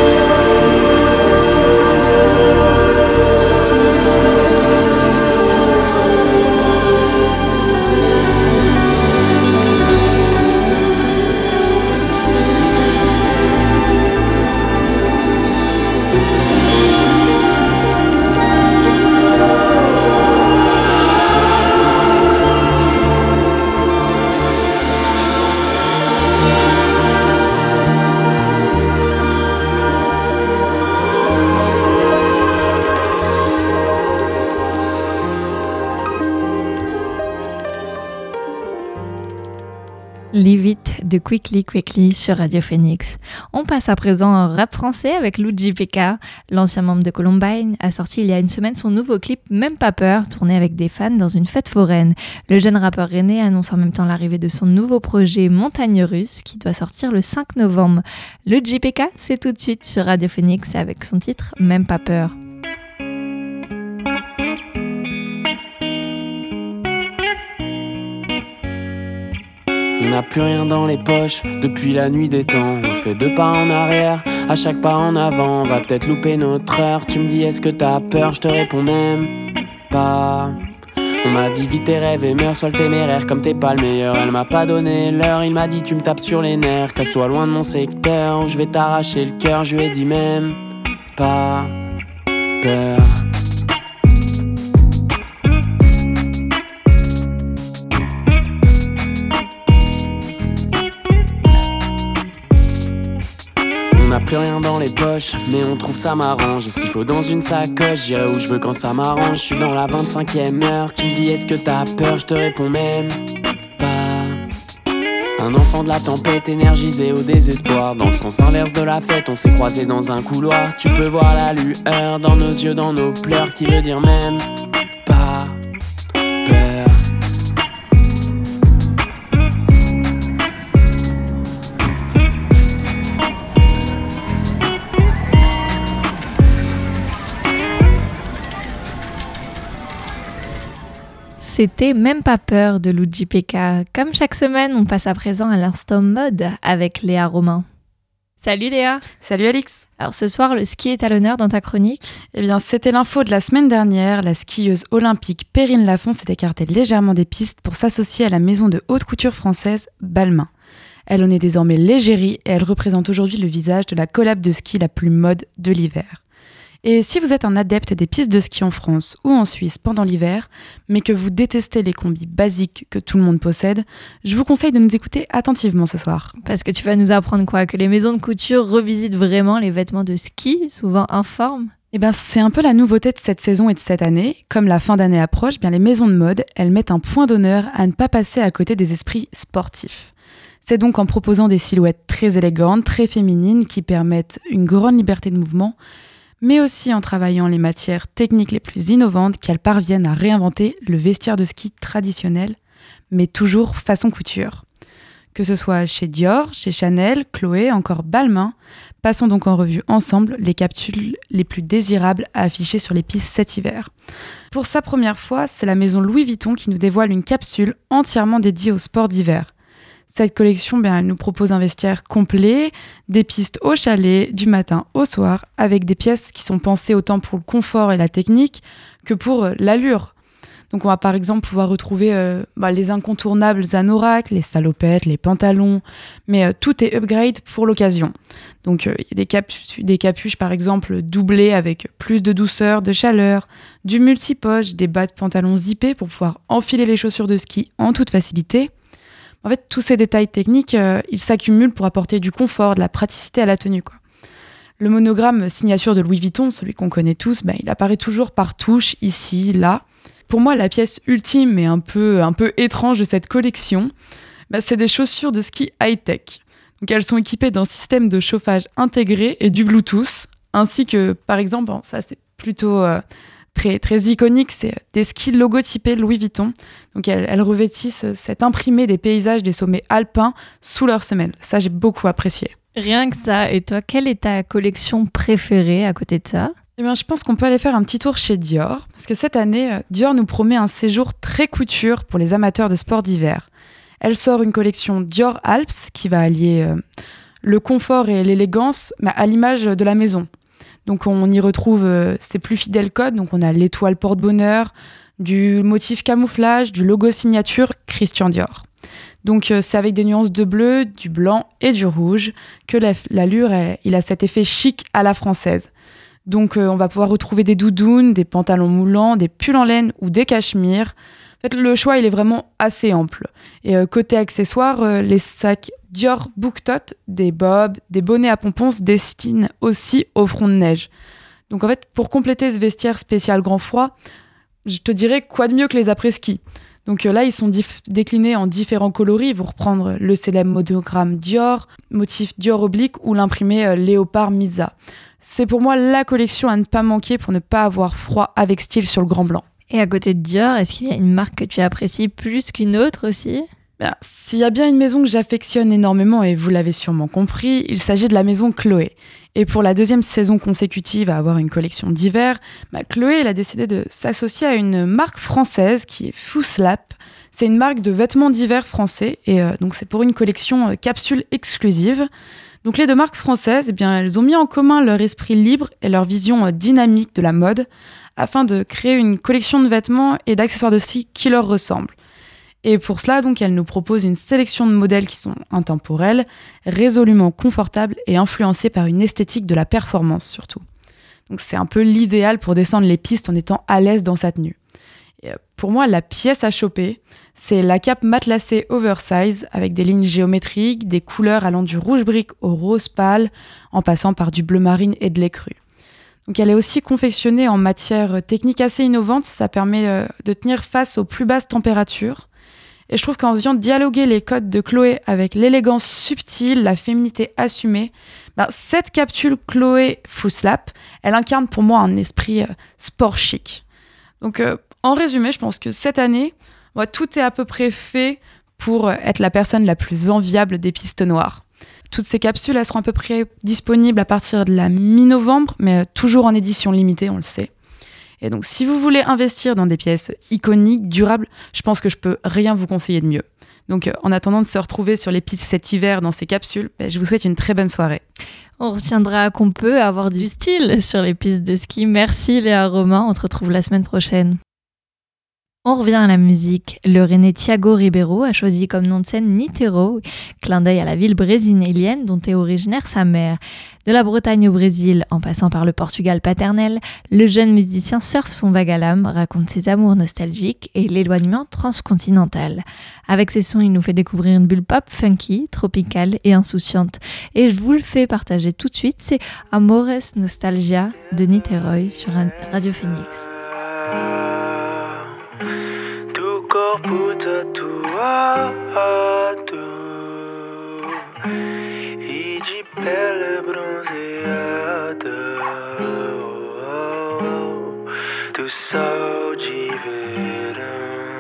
Leave It de Quickly sur Radio Phoenix. On passe à présent en rap français avec Lou JPK. L'ancien membre de Columbine a sorti il y a une semaine son nouveau clip Même pas peur, tourné avec des fans dans une fête foraine. Le jeune rappeur rennais annonce en même temps l'arrivée de son nouveau projet Montagne Russe qui doit sortir le 5 novembre. Lou JPK, c'est tout de suite sur Radio Phoenix avec son titre Même pas peur. On n'a plus rien dans les poches depuis la nuit des temps. On fait 2 pas en arrière, à chaque pas en avant. On va peut-être louper notre heure. Tu me dis est-ce que t'as peur? Je te réponds même pas. On m'a dit vis tes rêves et meurs, sois le téméraire comme t'es pas le meilleur. Elle m'a pas donné l'heure, il m'a dit tu me tapes sur les nerfs. Casse-toi loin de mon secteur ou je vais t'arracher le cœur. Je lui ai dit même pas peur. n'a plus rien dans les poches, mais on trouve ça marrant. J'ai ce qu'il faut dans une sacoche, j'irai où je veux quand ça m'arrange. Je suis dans la 25e heure, tu me dis est-ce que t'as peur? Je te réponds même pas. Un enfant de la tempête énergisé au désespoir. Dans le sens inverse de la fête, on s'est croisés dans un couloir. Tu peux voir la lueur dans nos yeux, dans nos pleurs, qui veut dire même pas peur. C'était Même pas peur de Luigi Pekka. Comme chaque semaine, on passe à présent à l'instant mode avec Léa Romain. Salut Léa. Salut Alix. Alors ce soir, le ski est à l'honneur dans ta chronique. Eh bien, c'était l'info de la semaine dernière. La skieuse olympique Perrine Lafont s'est écartée légèrement des pistes pour s'associer à la maison de haute couture française Balmain. Elle en est désormais l'égérie et elle représente aujourd'hui le visage de la collab de ski la plus mode de l'hiver. Et si vous êtes un adepte des pistes de ski en France ou en Suisse pendant l'hiver, mais que vous détestez les combis basiques que tout le monde possède, je vous conseille de nous écouter attentivement ce soir. Parce que tu vas nous apprendre quoi? Que les maisons de couture revisitent vraiment les vêtements de ski, souvent informes? Eh bien, c'est un peu la nouveauté de cette saison et de cette année. Comme la fin d'année approche, bien les maisons de mode, elles mettent un point d'honneur à ne pas passer à côté des esprits sportifs. C'est donc en proposant des silhouettes très élégantes, très féminines, qui permettent une grande liberté de mouvement, mais aussi en travaillant les matières techniques les plus innovantes qu'elles parviennent à réinventer le vestiaire de ski traditionnel, mais toujours façon couture. Que ce soit chez Dior, chez Chanel, Chloé, encore Balmain, passons donc en revue ensemble les capsules les plus désirables à afficher sur les pistes cet hiver. Pour sa première fois, c'est la maison Louis Vuitton qui nous dévoile une capsule entièrement dédiée au sport d'hiver. Cette collection, elle nous propose un vestiaire complet, des pistes au chalet, du matin au soir, avec des pièces qui sont pensées autant pour le confort et la technique que pour l'allure. Donc on va par exemple pouvoir retrouver les incontournables anoraks, les salopettes, les pantalons, mais tout est upgrade pour l'occasion. Donc il y a des capuches par exemple doublées avec plus de douceur, de chaleur, du multipoche, des bas de pantalons zippés pour pouvoir enfiler les chaussures de ski en toute facilité. En fait, tous ces détails techniques, ils s'accumulent pour apporter du confort, de la praticité à la tenue, quoi. Le monogramme signature de Louis Vuitton, celui qu'on connaît tous, il apparaît toujours par touche, ici, là. Pour moi, la pièce ultime et un peu étrange de cette collection, c'est des chaussures de ski high-tech. Donc, elles sont équipées d'un système de chauffage intégré et du Bluetooth, ainsi que, par exemple, ça c'est plutôt très, très iconique, c'est des skis logotypés Louis Vuitton. Donc elles revêtissent cet imprimé des paysages des sommets alpins sous leur semelle. Ça, j'ai beaucoup apprécié. Rien que ça. Et toi, quelle est ta collection préférée à côté de ça? Eh bien, je pense qu'on peut aller faire un petit tour chez Dior, parce que cette année, Dior nous promet un séjour très couture pour les amateurs de sport d'hiver. Elle sort une collection Dior Alps qui va allier le confort et l'élégance à l'image de la maison. Donc on y retrouve ses plus fidèles codes, donc on a l'étoile porte-bonheur, du motif camouflage, du logo signature Christian Dior. Donc c'est avec des nuances de bleu, du blanc et du rouge que l'allure, il a cet effet chic à la française. Donc on va pouvoir retrouver des doudounes, des pantalons moulants, des pulls en laine ou des cachemires. En fait, le choix, il est vraiment assez ample. Et côté accessoires, les sacs Dior Booktot, des bobs, des bonnets à pompons se destinent aussi au front de neige. Donc en fait, pour compléter ce vestiaire spécial grand froid, je te dirais quoi de mieux que les après-ski. Donc là, ils sont déclinés en différents coloris. Ils vont reprendre le célèbre monogramme Dior, motif Dior oblique ou l'imprimé Léopard Misa. C'est pour moi la collection à ne pas manquer pour ne pas avoir froid avec style sur le grand blanc. Et à côté de Dior, est-ce qu'il y a une marque que tu apprécies plus qu'une autre aussi? S'il y a bien une maison que j'affectionne énormément, et vous l'avez sûrement compris, il s'agit de la maison Chloé. Et pour la 2e saison consécutive à avoir une collection d'hiver, Chloé elle a décidé de s'associer à une marque française qui est Fooslap. C'est une marque de vêtements d'hiver français, et donc c'est pour une collection capsule exclusive. Donc les deux marques françaises, elles ont mis en commun leur esprit libre et leur vision dynamique de la mode, afin de créer une collection de vêtements et d'accessoires de ski qui leur ressemblent. Et pour cela, donc, elles nous proposent une sélection de modèles qui sont intemporels, résolument confortables et influencés par une esthétique de la performance surtout. Donc c'est un peu l'idéal pour descendre les pistes en étant à l'aise dans sa tenue. Pour moi, la pièce à choper, c'est la cape matelassée oversize avec des lignes géométriques, des couleurs allant du rouge brique au rose pâle, en passant par du bleu marine et de lait cru. Donc elle est aussi confectionnée en matière technique assez innovante, ça permet de tenir face aux plus basses températures. Et je trouve qu'en faisant dialoguer les codes de Chloé avec l'élégance subtile, la féminité assumée, cette capsule Chloé Full Slap, elle incarne pour moi un esprit sport chic. Donc en résumé, je pense que cette année, tout est à peu près fait pour être la personne la plus enviable des pistes noires. Toutes ces capsules, elles seront à peu près disponibles à partir de la mi-novembre, mais toujours en édition limitée, on le sait. Et donc, si vous voulez investir dans des pièces iconiques, durables, je pense que je peux rien vous conseiller de mieux. Donc, en attendant de se retrouver sur les pistes cet hiver dans ces capsules, je vous souhaite une très bonne soirée. On retiendra qu'on peut avoir du style sur les pistes de ski. Merci Léa Romain, on te retrouve la semaine prochaine. On revient à la musique. Le Rennais Thiago Ribeiro a choisi comme nom de scène Niterói, clin d'œil à la ville brésilienne dont est originaire sa mère. De la Bretagne au Brésil, en passant par le Portugal paternel, le jeune musicien surfe son vague à l'âme, raconte ses amours nostalgiques et l'éloignement transcontinental. Avec ses sons, il nous fait découvrir une bulle pop funky, tropicale et insouciante. Et je vous le fais partager tout de suite, c'est Amores Nostalgia de Niterói sur Radio Phoenix. Corpo tatuado e de pele bronzeada do sol de verão.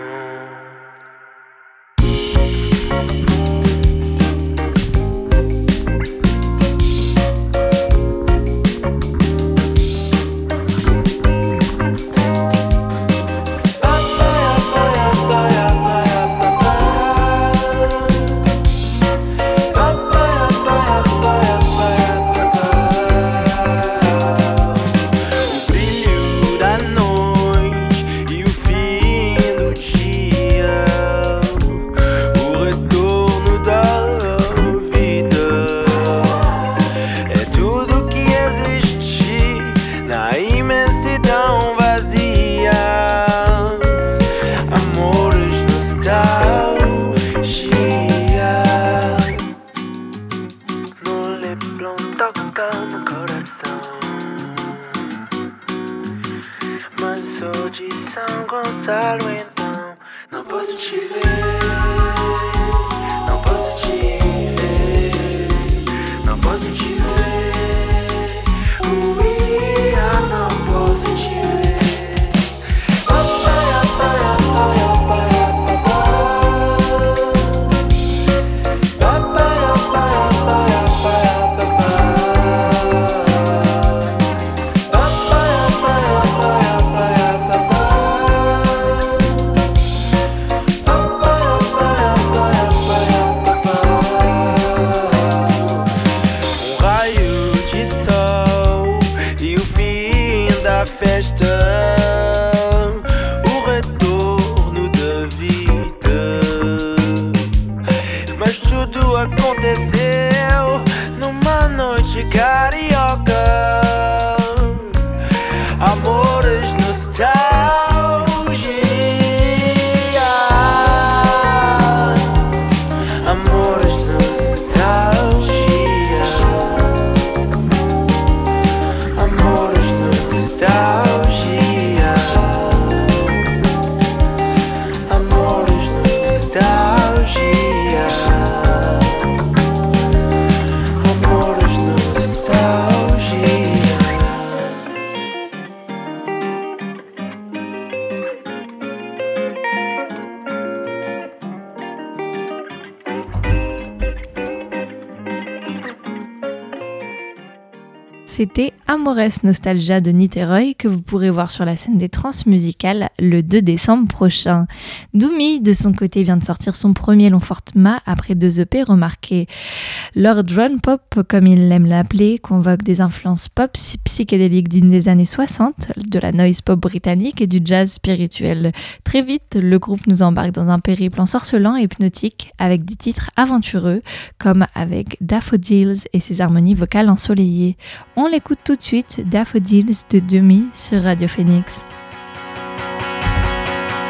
C'était Amores Nostalgia de Niterói que vous pourrez voir sur la scène des Transmusicales le 2 décembre prochain. Doumi, de son côté, vient de sortir son premier long format après 2 EP remarqués. Leur drone pop, comme il aime l'appeler, convoque des influences pop psychédéliques dignes des années 60, de la noise pop britannique et du jazz spirituel. Très vite, le groupe nous embarque dans un périple ensorcelant et hypnotique avec des titres aventureux, comme avec Daffodils et ses harmonies vocales ensoleillées. On l'écoute tout de suite, Daffodils de Doumi sur Radio Phoenix.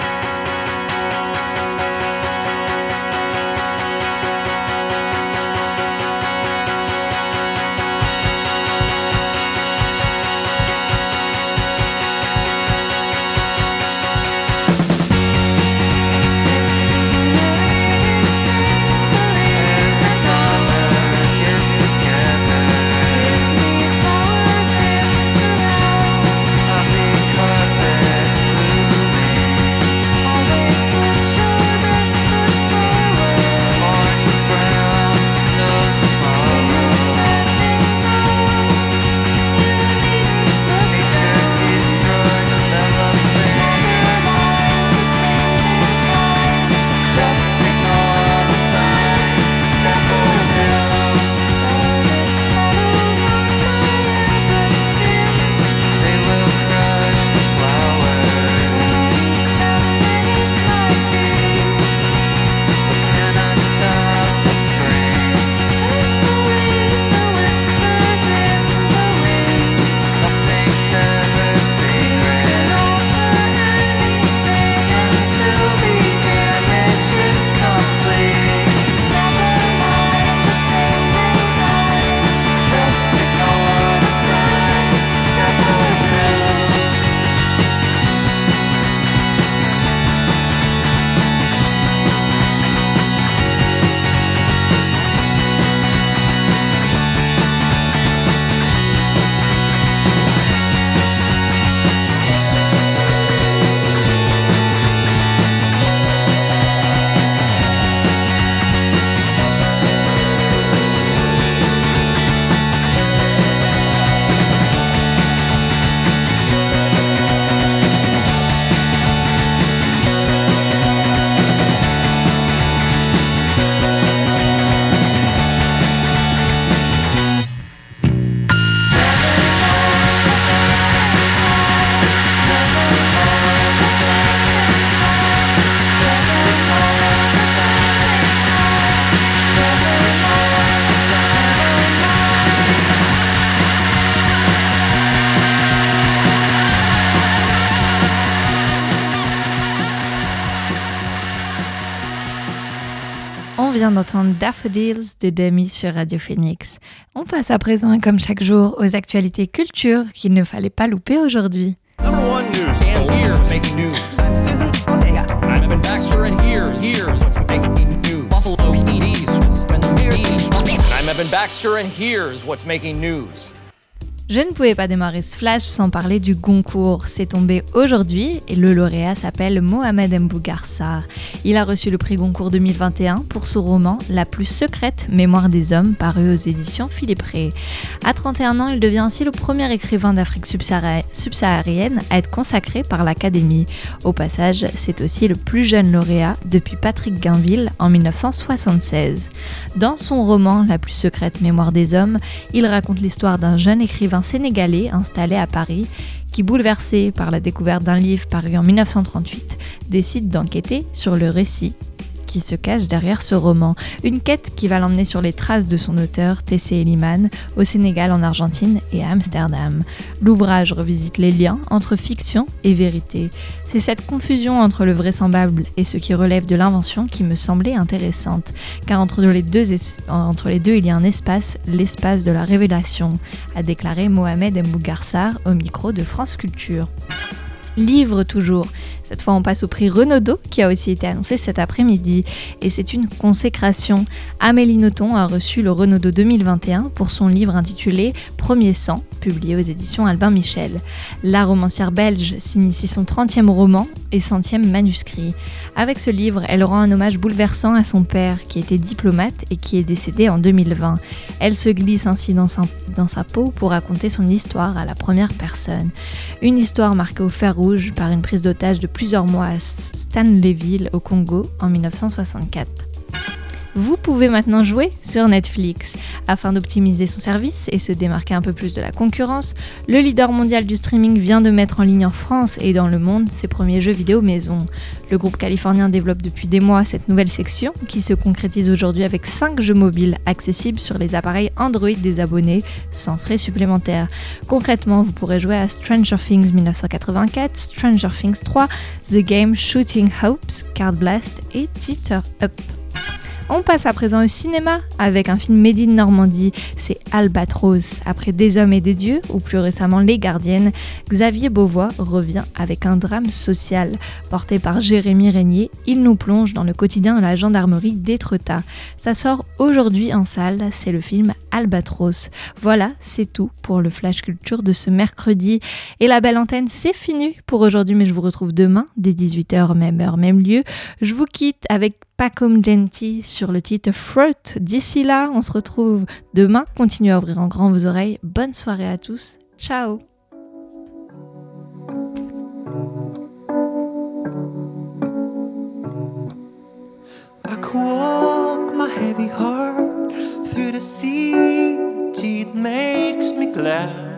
vient d'entendre Daffodils de Demi sur Radio Phoenix. On passe à présent, et comme chaque jour, aux actualités culture qu'il ne fallait pas louper aujourd'hui. Number one news, and here's making news. I'm Susan Ortega. I'm Evan Baxter, and here's what's making news. Buffalo PD's. I'm Evan Baxter, and here's what's making news. Je ne pouvais pas démarrer ce flash sans parler du Goncourt. C'est tombé aujourd'hui et le lauréat s'appelle Mohamed Mbougar Sarr. Il a reçu le prix Goncourt 2021 pour son roman La plus secrète mémoire des hommes, paru aux éditions Philippe Ray. À 31 ans, il devient ainsi le premier écrivain d'Afrique subsaharienne à être consacré par l'Académie. Au passage, c'est aussi le plus jeune lauréat depuis Patrick Gainville en 1976. Dans son roman La plus secrète mémoire des hommes, il raconte l'histoire d'un jeune écrivain sénégalais installé à Paris qui, bouleversé par la découverte d'un livre paru en 1938, décide d'enquêter sur le récit qui se cache derrière ce roman. Une quête qui va l'emmener sur les traces de son auteur, Tessé Eliman, au Sénégal, en Argentine et à Amsterdam. L'ouvrage revisite les liens entre fiction et vérité. C'est cette confusion entre le vraisemblable et ce qui relève de l'invention qui me semblait intéressante, car entre les deux, il y a un espace, l'espace de la révélation, a déclaré Mohamed Mbougar Sarr au micro de France Culture. Livre toujours. Cette fois, on passe au prix Renaudot qui a aussi été annoncé cet après-midi et c'est une consécration. Amélie Nothomb a reçu le Renaudot 2021 pour son livre intitulé Premier sang, publié aux éditions Albin Michel. La romancière belge signe ici son 30e roman et 100e manuscrit. Avec ce livre, elle rend un hommage bouleversant à son père qui était diplomate et qui est décédé en 2020. Elle se glisse ainsi dans sa peau pour raconter son histoire à la première personne. Une histoire marquée au fer rouge par une prise d'otage de plusieurs mois à Stanleyville au Congo en 1964. Vous pouvez maintenant jouer sur Netflix. Afin d'optimiser son service et se démarquer un peu plus de la concurrence, le leader mondial du streaming vient de mettre en ligne en France et dans le monde ses premiers jeux vidéo maison. Le groupe californien développe depuis des mois cette nouvelle section qui se concrétise aujourd'hui avec 5 jeux mobiles accessibles sur les appareils Android des abonnés sans frais supplémentaires. Concrètement, vous pourrez jouer à Stranger Things 1984, Stranger Things 3, The Game Shooting Hopes, Card Blast et Teeter Up. On passe à présent au cinéma avec un film made in Normandie, c'est Albatros. Après Des hommes et des dieux, ou plus récemment Les Gardiennes, Xavier Beauvois revient avec un drame social. Porté par Jérémy Régnier, il nous plonge dans le quotidien de la gendarmerie d'Étretat. Ça sort aujourd'hui en salle, c'est le film Albatros. Voilà, c'est tout pour le Flash Culture de ce mercredi. Et la belle antenne, c'est fini pour aujourd'hui, mais je vous retrouve demain, dès 18h, même heure, même lieu. Je vous quitte avec Pacom Genti sur le titre Fruit. D'ici là, on se retrouve demain. Continuez à ouvrir en grand vos oreilles. Bonne soirée à tous. Ciao. I could walk my heavy heart through the sea till it makes me glad.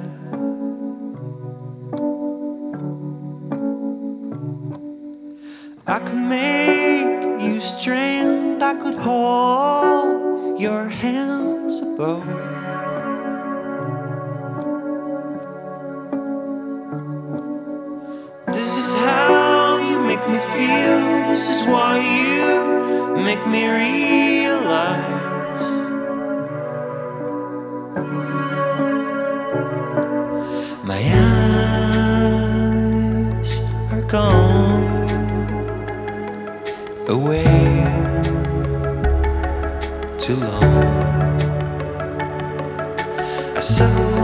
I could make you strand, I could hold your hands above. This is how you make me feel, this is why you make me realize my eyes are gone away too long. I saw